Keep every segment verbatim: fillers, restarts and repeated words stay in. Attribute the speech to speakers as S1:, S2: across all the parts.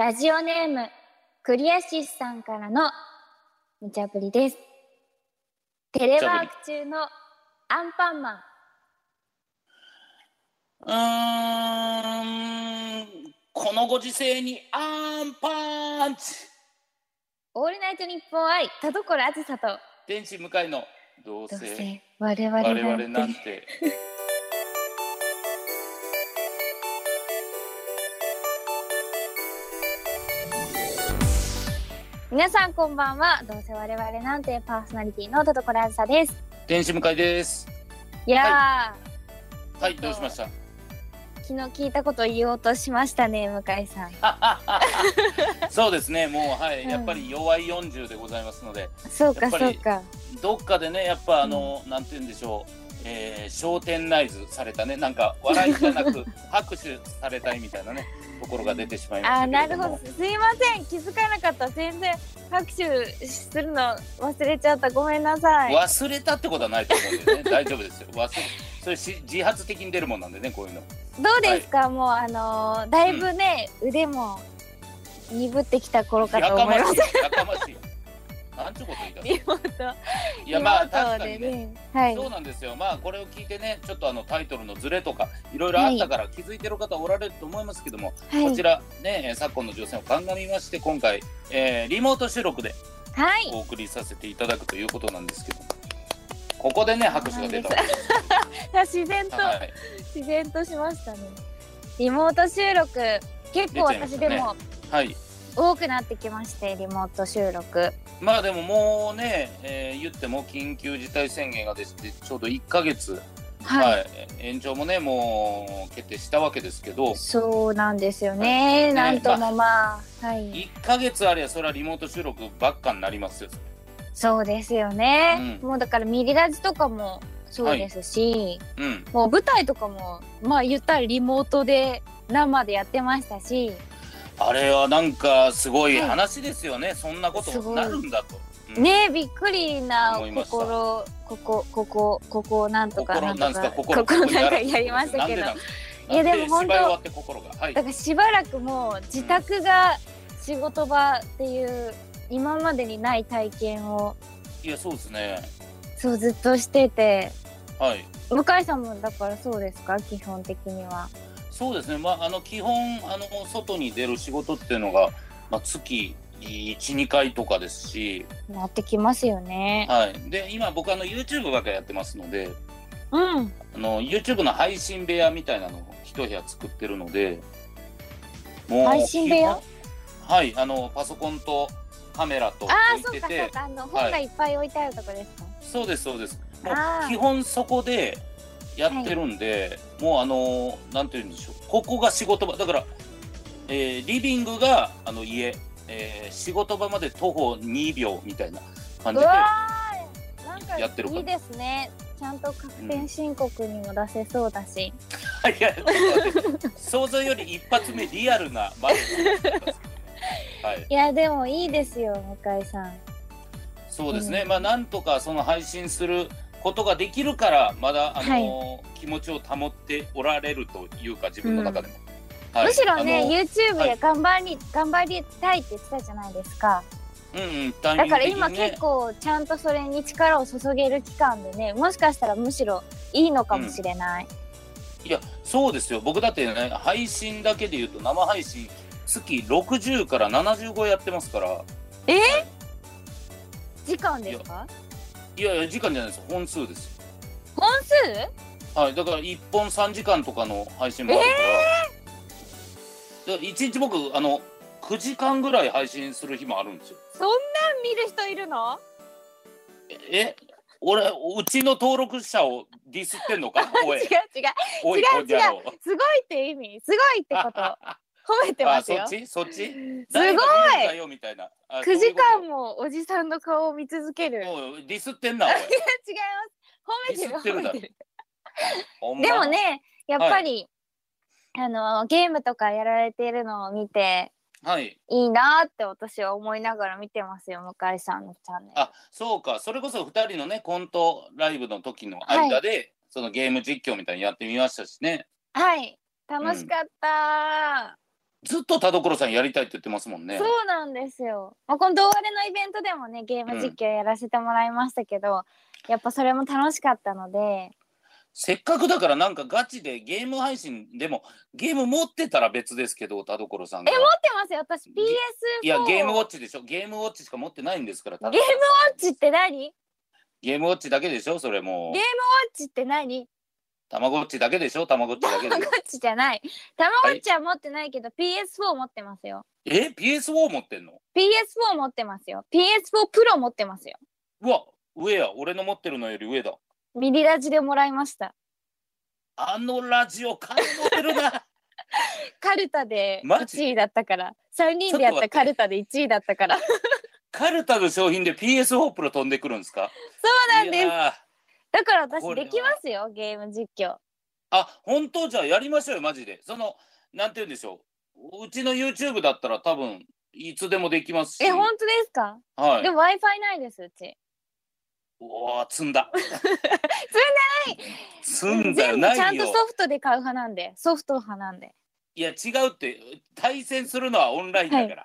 S1: ラジオネームクリアシスさんからの無茶ぶりです。テレワーク中のアンパンマン。
S2: うーんこのご時世にアンパンチ。
S1: オールナイトニッポン愛田所あずさと
S2: 天使向かいのどう
S1: どう
S2: せ
S1: せ我々
S2: 我々
S1: なて
S2: なんんて
S1: 皆さんこんばんは。どうせ我々なんてパーソナリティの田所あずさです。
S2: 天使向かいです。
S1: いやー、
S2: はい、どうしました？
S1: 昨日聞いたこと言おうとしましたね、向井さん。
S2: そうですね、もうはい、
S1: うん
S2: やっぱり弱いよんじゅうでございますので、
S1: そうか
S2: やっぱり
S1: そうか。
S2: どっかでね、やっぱあの、うん、なんて言うんでしょう、えー、焦点ナイズされたね、なんか笑いじゃなく拍手されたいみたいなねところが出てしまいましたけれども。
S1: あ、なるほど、すいません、気づかなかった。全然拍手するの忘れちゃった。ごめんなさい。
S2: 忘れたってことはないと思うんでね、大丈夫ですよ。忘れそれし自発的に出るもんなんでね、こういうの。
S1: どうですか、はい、もうあのー、だいぶね、うん、腕も鈍ってきた頃かと思います。
S2: やかましい。なんちゅうこと言い出す。
S1: リモート。
S2: いやまあ確かにね、
S1: ね、はい、
S2: そうなんですよ。まあこれを聞いてね、ちょっとあのタイトルのズレとかいろいろあったから気づいてる方おられると思いますけども、はい、こちらね、昨今の情勢を鑑みまして今回、えー、リモート収録でお送りさせていただくということなんですけど、はい、ここでね拍手が出たわけです。
S1: 自然と、はい、自然としましたね。リモート収録結構私でも、はい、多くなってきまして、リモート収録。
S2: まあでももうね、えー、言っても緊急事態宣言が出てちょうどいっかげつ、はいはい、延長もねもう決定したわけですけど。
S1: そうなんですよね、はい、なんともまあ、まあ、はい、
S2: いっかげつありゃそれはリモート収録ばっかになりますよ。
S1: そうですよね、うん、もうだからミリラジとかもそうですし、はい、うん、もう舞台とかもまあ言ったらリモートで生でやってましたし、
S2: あれはなんかすごい話ですよね、はい、そんなことになるんだと、
S1: うん、ねえ、びっくりな心、ここここここなんとかなんとかここなんかやりましたけど、いやでも本当だからしばらくもう自宅が仕事場っていう今までにない体験を、
S2: いやそうですね、
S1: そうずっとしてて、
S2: はい、
S1: 向井さんもだからそうですか？基本的には。
S2: そうですね、まあ、あの基本あの外に出る仕事っていうのが、まあ、月いち、にかいとかですし、
S1: なってきますよね。
S2: はい、で今僕あの YouTube ばっかりやってますので、
S1: うん、
S2: あの YouTube の配信部屋みたいなのを一部屋作ってるので、
S1: もう配信部屋、
S2: はい、あのパソコンとカメラと置いてて、
S1: あ、そうかそうか、あの本がいっぱい置いてあるとこですか？はい、
S2: そうですそうです。もう基本そこでやってるんで、はい、もうあのなんて言うんでしょう、ここが仕事場だから、えー、リビングがあの家、えー、仕事場まで徒歩にびょうみたいな感じでやってるから。
S1: いいですね。ちゃんと確定申告にも出せそうだし、
S2: うん、いや想像より一発目リアルなマジで、はい、
S1: いやでもいいですよ向井さん。
S2: そうですね、うん、まあなんとかその配信することができるからまだあの、はい、気持ちを保っておられるというか自分の中でも、
S1: うん、はい、むしろね YouTube で頑張り、はい、頑張りたいって言ってたじゃないですか。
S2: うんうん、
S1: だから今結構ちゃんとそれに力を注げる期間でね、もしかしたらむしろいいのかもしれない、
S2: うん、いやそうですよ。僕だってね配信だけで言うと生配信月ろくじゅうからななじゅうごやってますから。
S1: えー、はい、時間ですか？
S2: いやいや時間じゃないです、本数です。
S1: 本数？
S2: はい、だからいっぽんさんじかんとかの配信もあるから、えー、だからいちにち僕あのくじかんぐらい配信する日もあるんですよ。
S1: そんなん見る人いるの？
S2: え、俺うちの登録者をディスってんのか？おい
S1: 違う違う
S2: おい
S1: 違う違う、すごいって意味、すごいってこと褒めてますよ。
S2: あ、そっちそっちす
S1: ごい
S2: よみたいな。
S1: くじかんもおじさんの顔を見続ける。
S2: おいディスってんなおい。
S1: いや違います、褒めてる褒めてるでもねやっぱり、はい、あのゲームとかやられているのを見て、はい、いいなって私は思いながら見てますよ、向井さんのチャンネル。
S2: あ、そうか、それこそふたりのねコントライブの時の間で、はい、そのゲーム実況みたいにやってみましたしね。
S1: はい、楽しかった、
S2: ずっと田所さんやりたいって言ってますもんね。
S1: そうなんですよ、まあ、この動画でのイベントでもねゲーム実況やらせてもらいましたけど、うん、やっぱそれも楽しかったので、
S2: せっかくだからなんかガチでゲーム配信でもゲーム持ってたら別ですけど、田所さんが。
S1: え持ってますよ私 ピーエスフォー。
S2: いやゲームウォッチでしょ。ゲームウォッチしか持ってないんですから。
S1: ゲームウォッチって何？
S2: ゲームウォッチだけでしょそれも。
S1: ゲームウォッチって何？
S2: たまごっちだけでしょ。たまごっちだけで。
S1: たまごっちじゃない。たまごっちは持ってないけど、はい、ピーエスフォー 持ってますよ。
S2: え ピーエスフォー 持ってんの？
S1: ピーエスフォー 持ってますよ。ピーエスフォー プロ持ってますよ。
S2: うわ上や。俺の持ってるのより上だ。
S1: ミリラジでもらいました。
S2: あのラジオ感動てるな。
S1: カルタでいちいだったから。さんにんでやったカルタでいちいだったから。
S2: カルタの商品で ピーエスフォー プロ飛んでくるんですか？
S1: そうなんです。だから私できますよゲーム実況。
S2: あ本当？じゃあやりましょうよマジで。そのなんて言うんでしょう、うちの YouTube だったら多分いつでもできますし。
S1: え本当ですか？はい。でも Wi-Fi ないですうち。
S2: おお積んだ。積んで
S1: ない。
S2: 積んだよ。ないよ。
S1: ちゃんとソフトで買う派なんで、ソフト派なんで。
S2: いや違うって、対戦するのはオンラインだから、はい、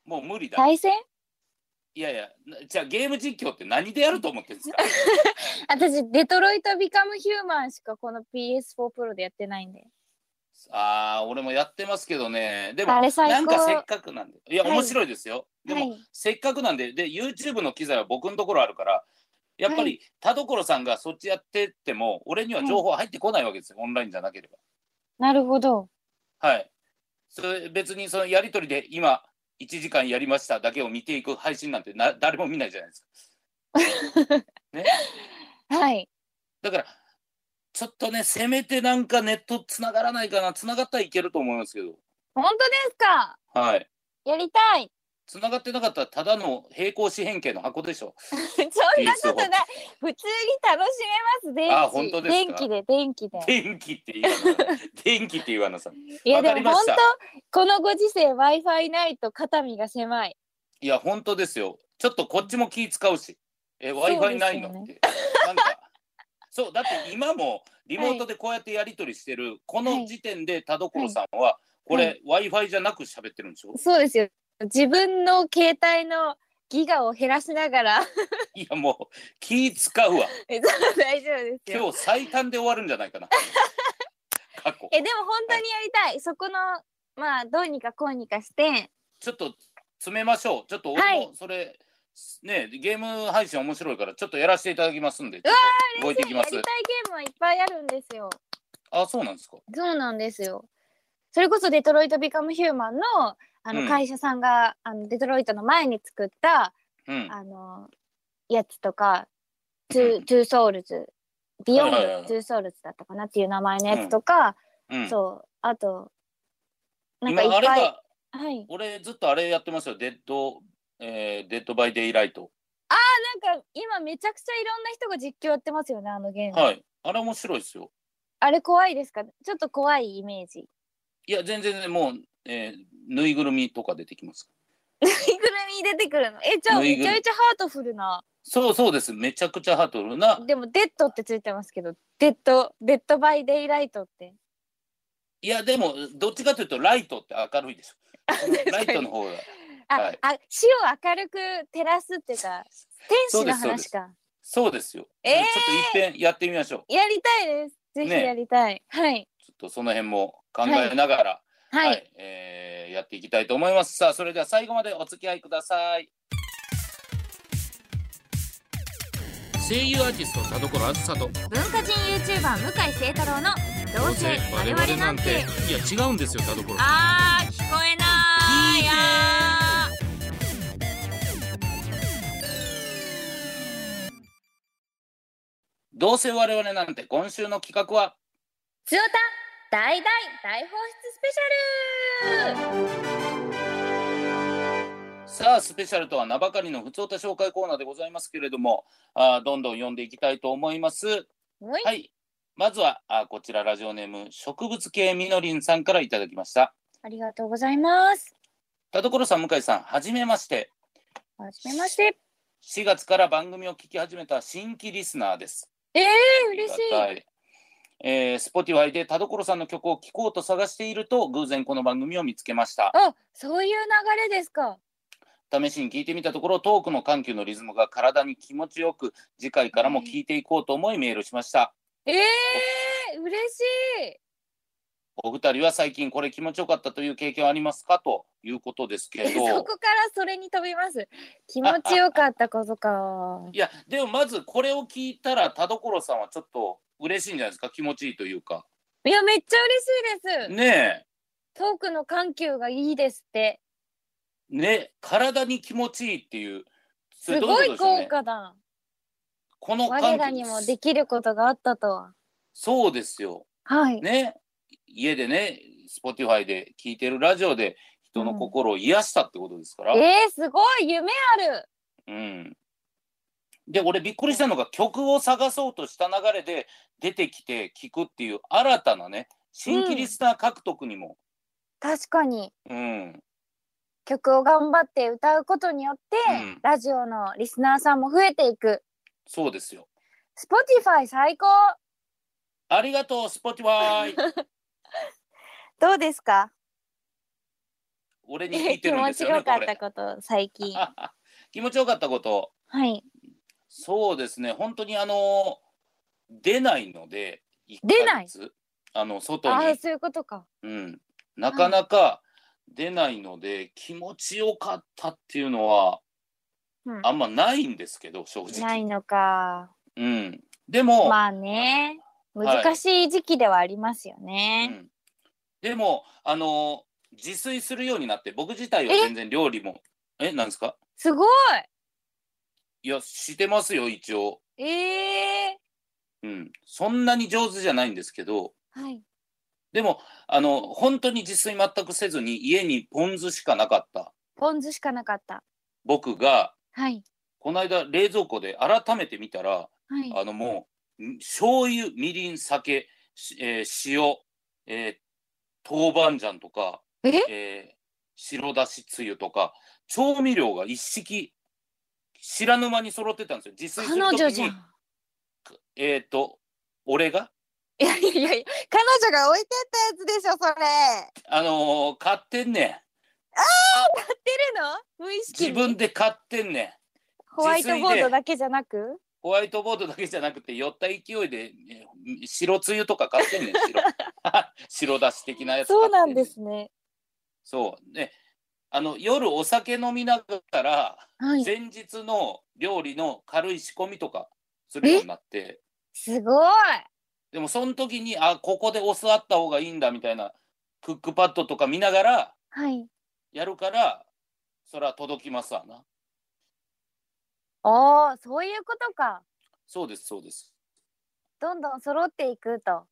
S2: もう無理だ。
S1: 対戦？
S2: いやいや、じゃあゲーム実況って何でやると思ってるんですか？
S1: 私デトロイトビカムヒューマンしかこの ピーエスフォー プロでやってないんで。
S2: ああ俺もやってますけどね。でもなんかせっかくなんで、いや、はい、面白いですよ。でも、はい、せっかくなんで、で YouTube の機材は僕のところあるから、やっぱり田所さんがそっちやってっても俺には情報入ってこないわけですよ、はい、オンラインじゃなければ。
S1: なるほど。
S2: はい。それ別にそのやり取りで今いちじかんやりましただけを見ていく配信なんてな誰も見ないじゃないですか。ね。
S1: はい。
S2: だからちょっとねせめてなんかネットつながらないかな。つながったらいけると思いますけど。
S1: 本当ですか？
S2: はい。
S1: やりたい。
S2: つながってなかったらただの平行四辺形の箱でしょ。
S1: そんなことない。普通に楽しめます。電気。
S2: あ本当ですか？
S1: 電気で電気で。
S2: 電気って言わな電気って言わなさい。
S1: いやでも本当このご時世 Wi-Fi ないと肩身が狭い。
S2: いや本当ですよ。ちょっとこっちも気使うし。え Wi-Fi ないのって。なんかそうだって今もリモートでこうやってやり取りしてる、はい、この時点で田所さんは、はい、これ、はい、Wi-Fi じゃなく喋ってるんでしょ？
S1: そうですよ。自分の携帯のギガを減らしながら
S2: いやもう気使うわ。
S1: 大丈夫ですよ。
S2: 今日最短で終わるんじゃないかな。過去。
S1: えでも本当にやりたい、はい、そこのまあどうにかこうにかして
S2: ちょっと詰めましょう。ちょっと俺もそれ、はい、ねゲーム配信面白いからちょっとやらせていただきますんで。
S1: うわー
S2: 動いてきます。
S1: やりたいゲームはいっぱいあるんですよ。
S2: あそうなんですか？
S1: そうなんですよ。それこそデトロイトビカムヒューマンのあの会社さんが、うん、あのデトロイトの前に作った、うん、あのやつとか、トゥ、うん、トゥーソウルズ、ビヨンド、はいはいはい、トゥーソウルズだったかなっていう名前のやつとか、うん、そうあとなんかいっぱい。今あれが、はい、
S2: 俺ずっとあれやってますよ。デッド、えー、デッドバイデイライト。
S1: あーなんか今めちゃくちゃいろんな人が実況やってますよねあのゲーム。
S2: はい。あれ面白いですよ。
S1: あれ怖いですか？ちょっと怖いイメージ。
S2: いや全然もう、えー、ぬいぐるみとか出てきます。
S1: ぬいぐるみ出てくるの？えじゃあめちゃめちゃハートフルな。
S2: そうそうです。めちゃくちゃハートフルな。
S1: でもデッドってついてますけど、デッドデッドバイデイライトって。
S2: いやでもどっちかというとライトって明るいでしょ。ライトの方が。
S1: あ、はい、あ死を明るく照らすっていうか天使の話か。
S2: そうですよ。えー、ちょっと一遍やってみましょう。
S1: やりたいです。ぜひやりたい。ね、はい。
S2: ちょっとその辺も考えながら、はい、はい、えー、やっていきたいと思います。さあそれでは最後までお付き合いください。声優アーティスト田所あずさと
S1: 文化人 YouTuber 向井聖太郎のどうせ我々なんて。
S2: いや違うんですよ田所。
S1: あー聞こえないあー。
S2: どうせ我々なんて。今週の企画は
S1: つおた大大大放出スペシャル。
S2: さあスペシャルとは名ばかりのふつおた紹介コーナーでございますけれども、あどんどん読んでいきたいと思います。はい、はい、まずはあこちらラジオネーム植物系みのりんさんからいただきました。
S1: ありがとうございます。
S2: 田所さん向井さんはじめまして。
S1: はじめまして。
S2: しがつから番組を聞き始めた新規リスナーです。
S1: えー、嬉しい。
S2: えー、Spotify で田所さんの曲を聴こうと探していると偶然この番組を見つけました。
S1: あ、そういう流れですか。
S2: 試しに聞いてみたところ、トークの緩急のリズムが体に気持ちよく、次回からも聞いていこうと思いメールしました。
S1: えー、嬉しい。
S2: お二人は最近これ気持ちよかったという経験はありますかということですけど。
S1: そこからそれに飛びます。気持ちよかったことか。
S2: いやでもまずこれを聞いたら田所さんはちょっと嬉しいんじゃないですか。気持ちいいというか。
S1: いやめっちゃ嬉しいです。
S2: ねえ。
S1: トークの緩急がいいですって。
S2: ね、体に気持ちいいっていう。
S1: すごい豪華だ。
S2: この
S1: 我らにもできることがあったとは。
S2: そうですよ。
S1: はい。
S2: ね、家でね、Spotify で聴いてるラジオで人の心を癒したってことですから。
S1: うん、えー、すごい夢ある。
S2: うん。で、俺びっくりしたのが曲を探そうとした流れで出てきて聴くっていう新たなね、新規リスナー獲得にも。うん、
S1: 確かに。
S2: うん。
S1: 曲を頑張って歌うことによって、うん、ラジオのリスナーさんも増えていく。
S2: そうですよ。
S1: Spotify 最高。
S2: ありがとう Spotify
S1: どうですか。
S2: 俺に聞いてるんですよね。
S1: 気持ちよかったこと最近
S2: 気持ちよかったこと、
S1: はい、
S2: そうですね。本当にあの出ないので
S1: 出ない
S2: あの外に。
S1: ああ、そういうことか。
S2: うん、なかなか出ないので、はい、気持ちよかったっていうのは、うん、あんまないんですけど、正直。
S1: ないのか。
S2: うん。でも
S1: まあね、難しい時期ではありますよね。
S2: はい、うん、でもあの自炊するようになって、僕自体は全然料理もえなんですか。
S1: すごい。
S2: いやしてますよ一応。
S1: ええ
S2: ー、うん、そんなに上手じゃないんですけど、
S1: はい、
S2: でもあの本当に自炊全くせずに家にポン酢しかなかった
S1: ポン酢しかなかった
S2: 僕が、
S1: はい、
S2: この間冷蔵庫で改めて見たら、はい、あのもう醤油みりん酒、えー、塩、えー、豆板醤とか、ええー、白だしつゆとか調味料が一式知らぬ間に揃ってたんですよ。自炊する時に。彼女じゃん。えっと俺が
S1: いやいやいや、彼女が置いてったやつでしょそれ。
S2: あのー、買ってんねん。あ
S1: あ、買ってるの？無意識に。
S2: 自分で買ってんねん。
S1: ホワイトボードだけじゃなく？
S2: ホワイトボードだけじゃなくて、酔った勢いで、ね、白つゆとか買ってんねん。白白だし的なやつ買ってんねん。
S1: そうなんですね。
S2: そうね。あの夜お酒飲みながら、はい、前日の料理の軽い仕込みとかするようになって。
S1: すごい。
S2: でもその時に、あ、ここでお酢あった方がいいんだみたいなクックパッドとか見ながらやるから、はい、それは届きますわな。
S1: ああ、そういうことか。
S2: そうですそうです。
S1: どんどん揃っていくと。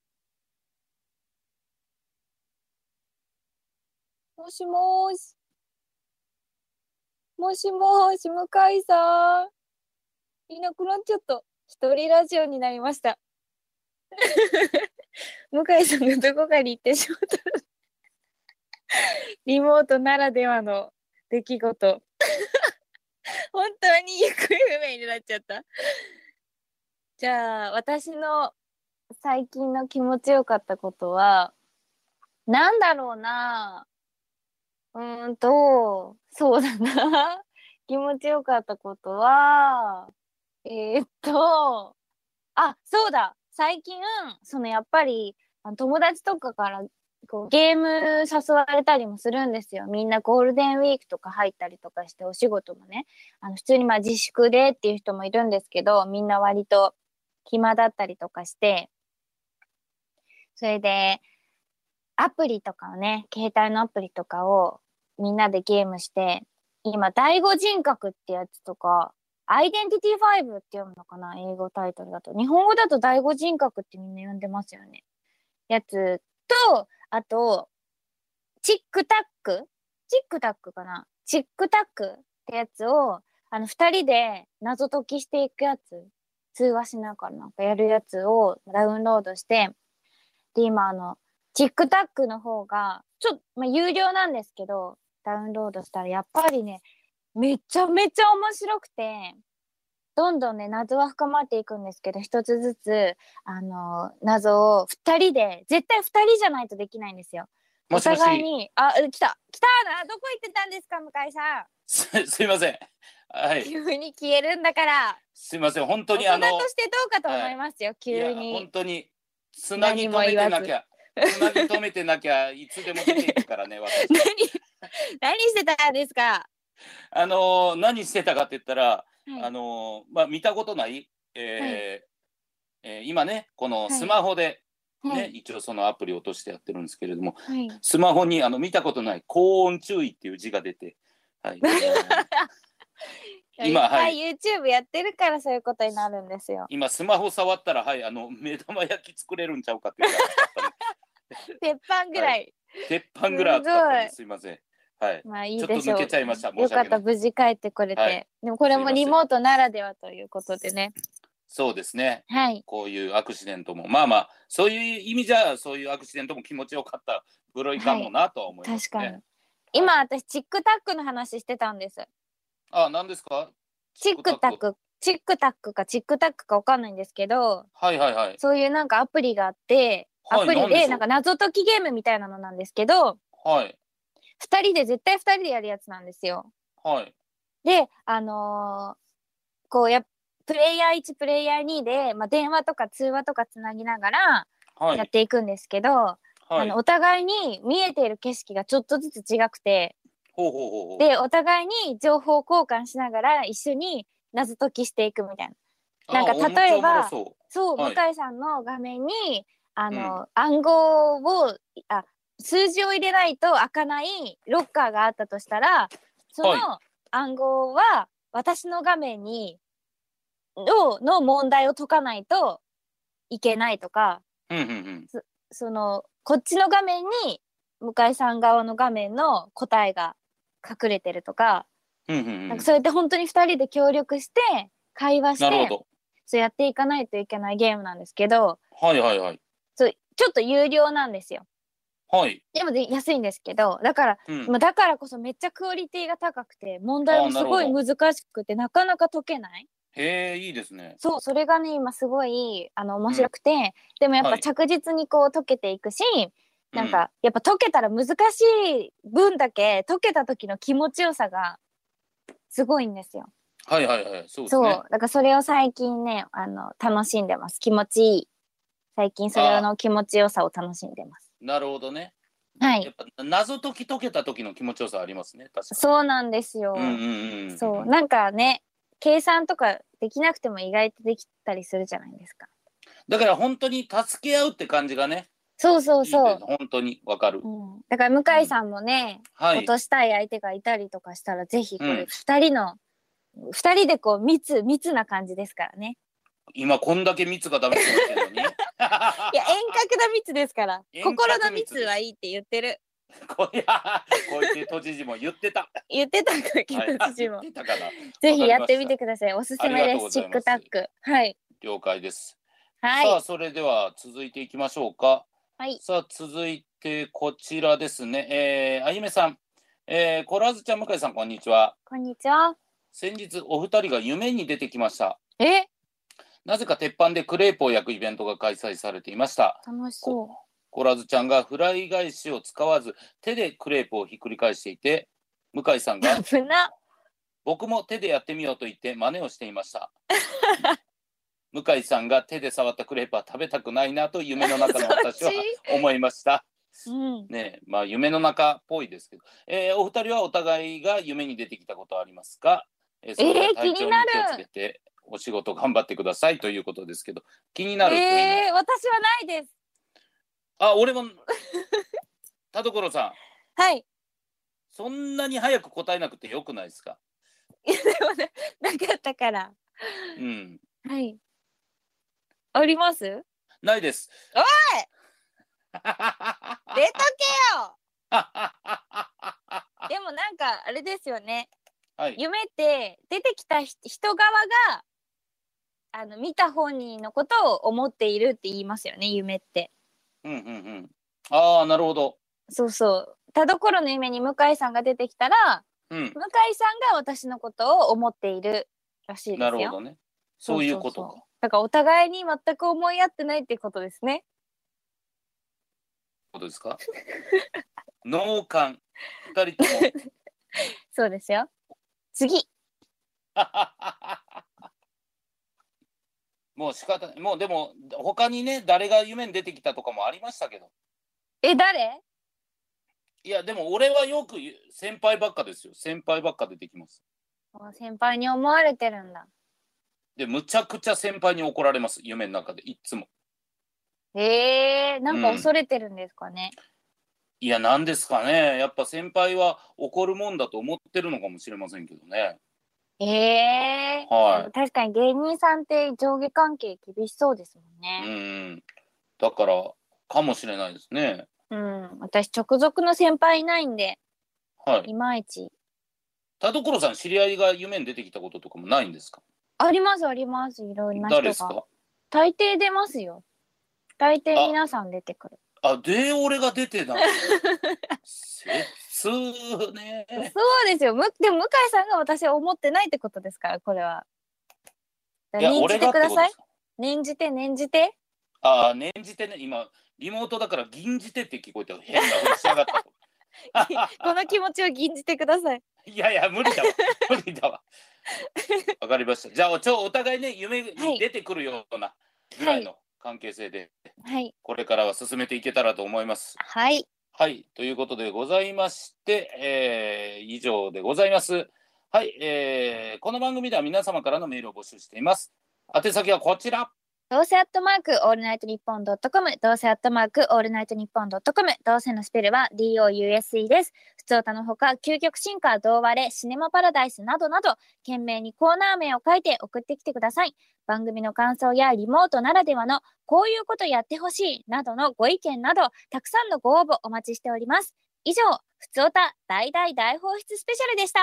S1: もしもーし。もしもーし、向井さん。いなくなっちゃった。一人ラジオになりました。向井さんがどこかに行ってしまった。リモートならではの出来事。本当に行方不明になっちゃった。じゃあ私の最近の気持ちよかったことはなんだろうな。うーんとそうだな。気持ちよかったことはえー、っとあ、そうだ。最近そのやっぱり友達とかからこうゲーム誘われたりもするんですよ。みんなゴールデンウィークとか入ったりとかしてお仕事もね、あの普通にまあ自粛でっていう人もいるんですけど、みんな割と暇だったりとかして、それでアプリとかをね、携帯のアプリとかをみんなでゲームして、今第五人格ってやつとか、アイデンティティファイブって読むのかな、英語タイトルだと。日本語だと第五人格ってみんな呼んでますよね。やつと、あと、チックタックチックタックかなチックタックってやつを、あの、二人で謎解きしていくやつ、通話しながらなんかやるやつをダウンロードして、で、今、あの、チックタックの方が、ちょっと、まあ、有料なんですけど、ダウンロードしたら、やっぱりね、めちゃめちゃ面白くて、 どんどんね謎は深まっていくんですけど、一つずつあの謎をふたりで、絶対ふたりじゃないとできないんですよ。
S2: もしもし。
S1: お互いに、あ、来た来たな、どこ行ってたんですか向井さん。
S2: す, すいません。はい。
S1: 急に消えるんだから。
S2: すいません、本当にあの。
S1: 大人としてどうかと思いますよ、はい、急に。
S2: いや本当につなぎ止めてなきゃ、つなぎ止めてなきゃいつでも出ていくからね私。
S1: 何何してたんですか。
S2: あのー、何してたかって言ったら、はい、あのー、まあ見たことない、えーはいえー、今ねこのスマホでね、はい、一応そのアプリを落としてやってるんですけれども、はい、スマホにあの見たことない高温注意っていう字が出て、はい、
S1: 今いっぱい YouTube やってるからそういうことになるんですよ。
S2: 今スマホ触ったら、はい、あの目玉焼き作れるんちゃうかっていうぐらい熱かったね。
S1: 鉄板ぐらい、はい、
S2: 鉄板ぐらい熱かったんです。すいません。はい。
S1: まあいいでしょう。
S2: ちょっと抜けちゃいました。
S1: よかった、無事帰ってこれて、はい、でもこれもリモートならではということでね。
S2: そうですね。
S1: はい。
S2: こういうアクシデントもまあまあそういう意味じゃそういうアクシデントも気持ちよかった部類かもなとは思いますね。はい、確かに。
S1: 今、はい、私チックタックの話してたんです。
S2: あ、何ですか？
S1: チックタック、チックタックかチックタックかわかんないんですけど、
S2: はいはいはい。
S1: そういうなんかアプリがあって、アプリでなんか謎解きゲームみたいなのなんですけど、
S2: はい。
S1: ふたりで絶対ふたりでやるやつなんですよ。
S2: はい。
S1: で、あのー、こうやプレイヤーいちプレイヤーにで、まあ、電話とか通話とかつなぎながらやっていくんですけど、はい、あのお互いに見えている景色がちょっとずつ違くて、
S2: ほうほうほうほう、
S1: でお互いに情報交換しながら一緒に謎解きしていくみたいな。なんか例えばそう、はい、向井さんの画面にあの、うん、暗号をあ数字を入れないと開かないロッカーがあったとしたら、その暗号は私の画面にの, の問題を解かないといけないとか、
S2: うんうんうん、
S1: そ, そのこっちの画面に向井さん側の画面の答えが隠れてるとか、
S2: うんうんうん、
S1: なんかそうやって本当にふたりで協力して会話してそうやっていかないといけないゲームなんですけど、
S2: はいはいはい、
S1: そうちょっと有料なんですよ。
S2: はい。
S1: でもで安いんですけど、だから、うんまあ、だからこそめっちゃクオリティが高くて問題もすごい難しくてなかなか解けない。
S2: へえ、いいですね。
S1: そう、それがね今すごいあの面白くて、うん、でもやっぱ着実にこう解けていくし、はい、なんかやっぱ解けたら難しい分だけ解けた時の気持ちよさがすごいんですよ。
S2: はいはいはい、そうですね。
S1: そう、だからそれを最近ねあの楽しんでます。気持ちいい。最近それの気持ちよさを楽しんでます。
S2: なるほどね。
S1: はい。
S2: やっぱ謎解き解けた時の気持ちよさありますね。確かに。
S1: そうなんですよ。
S2: うんうんうんうん、
S1: そうなんかね計算とかできなくても意外とできたりするじゃないですか。
S2: だから本当に助け合うって感じがね。
S1: そうそうそう。
S2: いい本当にわかる、
S1: うん。だから向井さんもね、うんはい、落としたい相手がいたりとかしたらぜひこれふたりの、うん、ふたりでこう密密な感じですからね。
S2: 今こんだけ密がダメって言ってるのに。いや遠
S1: 隔の密ですから。心の密はいいって言ってる。
S2: こいや小池都知事も言ってた
S1: 言ってた小池都知事も、はい、ぜひやってみてください。おすすめです。チックタック。はい。
S2: 了解です。
S1: はい。
S2: さあそれでは続いていきましょうか。
S1: はい。
S2: さあ続いてこちらですね。えー、あゆめさん、えー、コラーズちゃん向井さんこんにちは。
S1: こんにちは。
S2: 先日お二人が夢に出てきました。
S1: え？
S2: なぜか鉄板でクレープを焼くイベントが開催されていました。
S1: 楽しそう。
S2: コラズちゃんがフライ返しを使わず手でクレープをひっくり返していて、向井さんが僕も手でやってみようと言って真似をしていました向井さんが手で触ったクレープは食べたくないなと夢の中の私は思いました
S1: うん
S2: ねえ、まあ夢の中っぽいですけど、えー、お二人はお互いが夢に出てきたことはありますか？えー、それでは体調に気をつけてお仕事頑張ってくださいということですけど、気になるというのは、
S1: えー、私はないです。
S2: あ、俺も田所さ
S1: んはい。
S2: そんなに早く答えなくてよくないですか？
S1: いやでもね、なかったから。
S2: うん。
S1: はい。あります？
S2: ないです。
S1: おい出とけよでもなんかあれですよね、はい、夢って出てきた人側があの見た本人のことを思っているって言いますよね、夢って。
S2: うんうんうん。ああ、なるほど。
S1: そうそう。田所の夢に向井さんが出てきたら、うん、向井さんが私のことを思っているらしいですよ。
S2: なるほどね。 そういうことか。そうそうそう、
S1: だからお互いに全く思い合ってないってことですね。
S2: ことですか？脳幹二人とも
S1: そうですよ。次
S2: もう仕方ない。もうでも他にね、誰が夢に出てきたとかもありましたけど。
S1: え、誰？
S2: いやでも俺はよく先輩ばっかですよ。先輩ばっか出てきます。
S1: 先輩に思われてるんだ。
S2: でむちゃくちゃ先輩に怒られます、夢の中でいつも。
S1: えー、なんか恐れてるんですかね。
S2: うん、いやなんですかね。やっぱ先輩は怒るもんだと思ってるのかもしれませんけどね。
S1: えー、はい、確かに芸人さんって上下関係厳しそうですもんね。
S2: うん、だからかもしれないですね。
S1: うん、私直属の先輩いないんで、はい、いまいち。
S2: 田所さん、知り合いが夢に出てきたこととかもないんですか？
S1: ありますあります、いろんな人が。
S2: 誰ですか？
S1: 大抵出ますよ。大抵皆さん出てくる。
S2: あ、で俺が出てない。切ね。
S1: そうですよ。むでも向井さんが私は思ってないってことですから、これは。念じてください。念じて念じて。
S2: ああ、念じてね。今リモートだから吟じてって聞こえて変なふうしやがった。
S1: この気持ちを吟じてください。
S2: いやいや無理だわ。無理だわ。わかりました。じゃあちょお互いね、夢に出てくるようなぐらいの関係性で、はい、これからは進めていけたらと思います。
S1: はい。
S2: はい、ということでございまして、えー、以上でございます。はい、えー、この番組では皆様からのメールを募集しています。宛先はこちら。
S1: どうせアットマークオールナイトニッポンドットコム、どうせアットマークオールナイトニッポンドットコム、どうせのスペルは ディーオーユーエスイー です。ふつおたのほか、究極進化、どうわれ、シネマパラダイスなどなど、懸命にコーナー名を書いて送ってきてください。番組の感想やリモートならではのこういうことやってほしいなどのご意見など、たくさんのご応募お待ちしております。以上、ふつおた大大大放出スペシャルでした。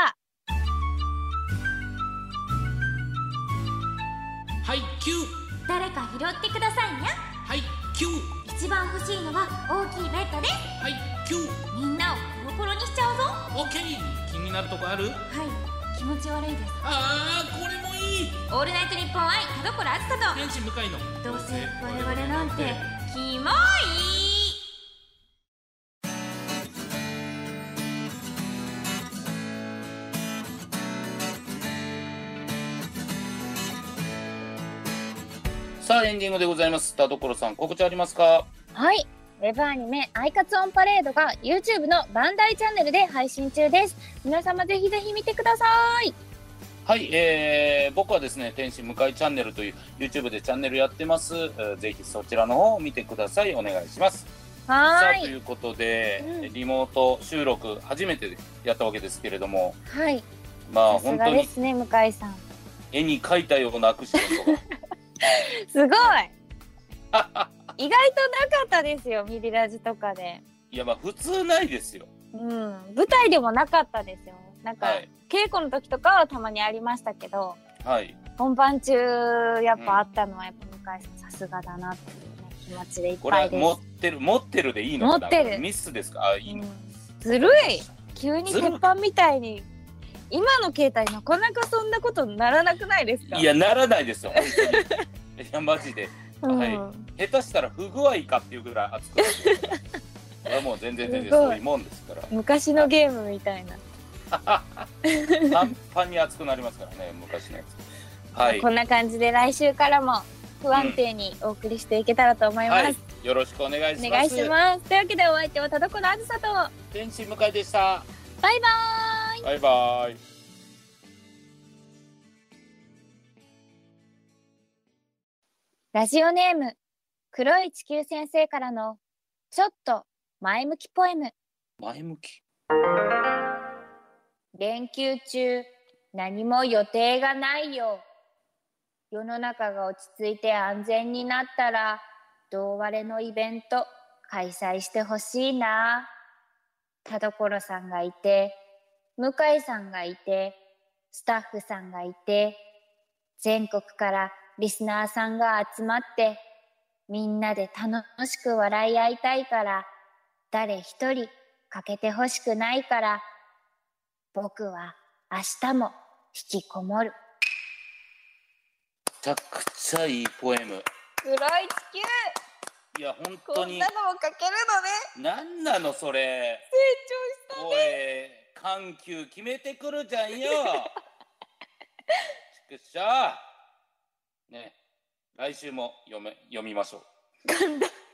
S2: はい、キュー。
S1: 誰か拾ってくださいにゃ。
S2: はい、キュー。
S1: 一番欲しいのは大きいベッドです。
S2: はい、キュー。
S1: みんなをコロコロにしちゃうぞ。
S2: オッケー。気になるとこある？
S1: はい、気持ち悪いです。
S2: あー、これもいい。
S1: オールナイトニッポン愛田所あずさと
S2: 天使向かいの
S1: どうせ我々なんてキモい。
S2: さあエンディングでございます。田所さん、告知ありますか？
S1: はい、ウェブアニメアイカツオンパレードが YouTube のバンダイチャンネルで配信中です。皆様ぜひぜひ見てください。
S2: はい、えー、僕はですね、天使向かいチャンネルという YouTube でチャンネルやってます。ぜひそちらの方を見てください。お願いします。
S1: はい。
S2: さあということで、うん、リモート収録初めてやったわけですけれども、
S1: はい。
S2: まあ本当に
S1: ですね、向井さん。
S2: 絵に描いたようなアクシデントが
S1: すごい。意外となかったですよ、ミリラジとかで。
S2: いやまあ普通ないですよ。
S1: うん、舞台でもなかったですよ。なんか、はい、稽古の時とかはたまにありましたけど、
S2: はい、
S1: 本番中やっぱあったのはやっぱ向井さんさすがだなっていう、ね、気持ちでいっぱいです。
S2: これ持ってる持ってるでいいのかな。
S1: 持ってる。
S2: ミスですか？あ、いいの、うん、
S1: ずるい。急に鉄板みたいに。今の携帯なかなかそんなことならなくないですか？
S2: いやならないですよ本当に。いやマジで、うん、はい、下手したら不具合かっていうぐらい熱くなる。これはもう全然全然そういうもんですから。
S1: 昔のゲームみたいな。
S2: パンパンに熱くなりますからね、昔のやつ。はい。
S1: こんな感じで来週からも不安定にお送りしていけたらと思います。うん、はい、
S2: よろしくお願いします。
S1: お願いします。というわけでお相手は田所あずさと
S2: 天使向かいでした。
S1: バイバーイ。
S2: バイバイ。
S1: ラジオネーム黒い地球先生からのちょっと前向きポエム。
S2: 前向き。
S1: 連休中何も予定がないよ。世の中が落ち着いて安全になったら同割れのイベント開催してほしいな。田所さんがいて、向井さんがいて、スタッフさんがいて、全国からリスナーさんが集まってみんなで楽しく笑い合いたいから、誰一人欠けてほしくないから、僕は明日も引きこもる。
S2: ちゃくちゃいいポエム。
S1: 黒い地
S2: 球。いや本当に。
S1: こんなのも書けるのね。
S2: なんなのそれ。
S1: 成長したね。
S2: おい、緩急決めてくるじゃんよ。ちくしょう。ね、来週も読め読みましょう。
S1: 噛んだ。